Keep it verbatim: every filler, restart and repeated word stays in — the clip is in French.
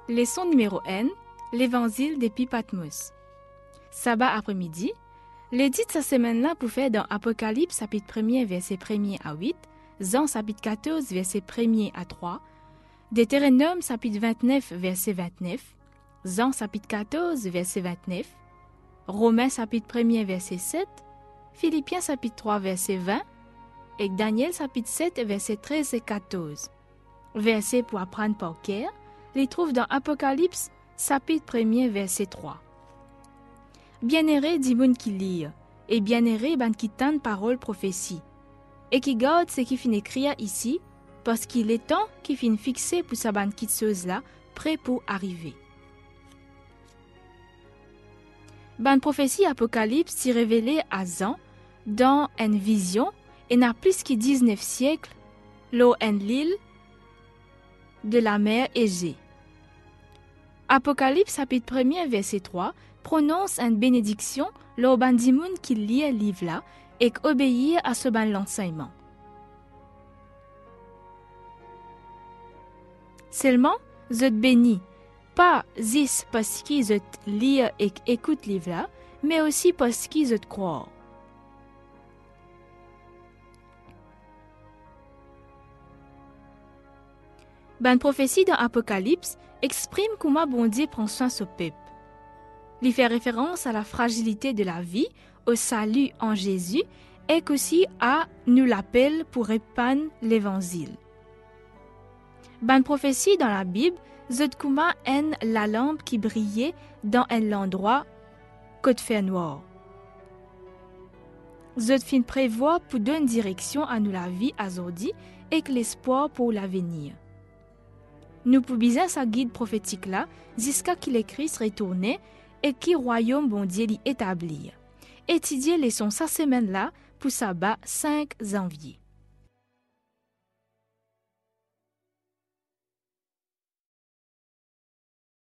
Leçon numéro un, l'évangile depuis Patmos. Sabbat après-midi, l'édite cette semaine-là pour faire dans Apocalypse chapitre premier verset premier à huit, Jean chapitre quatorze verset premier à trois, Deutéronome chapitre vingt-neuf verset vingt-neuf, Jean chapitre quatorze verset vingt-neuf, Romains chapitre premier verset sept, Philippiens chapitre trois verset vingt et Daniel chapitre sept verset treize et quatorze. Versets pour apprendre par cœur, les trouve dans Apocalypse chapitre premier verset trois. Bien-aimé dit moun qui lit, et bien-aimé ban qui tente parole prophétie, et qui garde ce qui finit écrire ici, parce qu'il est temps qui finit fixé pour sa ban qui chose là, prêt pour arriver. Ban prophétie Apocalypse s'y révélée à Jean dans une vision, et n'a plus que dix-neuf siècles, l'eau en l'île de la mer Égée. Apocalypse chapitre premier verset trois prononce une bénédiction lors ban dimoun qui lit le livre là et obéir à ce ban l'enseignement. Seulement, je bénis, pas juste parce qu'ils je lis et écoute le livre là, mais aussi parce qu'ils je croient. Ban prophétie dans Apocalypse exprime comment bon Dieu prend soin de son peuple. Il fait référence à la fragilité de la vie, au salut en Jésus et aussi à nous l'appel pour répandre l'évangile. Ban prophétie dans la Bible, zot kuma en la lampe qui brillait dans un endroit côte fer noir. Zot fin prévoit pour donner direction à nous la vie aujourd'hui et que l'espoir pour l'avenir. Nous pouvons sa guide prophétique là jusqu'à qu'il le Christ retourne et qui royaume bon Dieu l'y établir. Étudier les sons sa semaine là pour sabbat cinq janvier.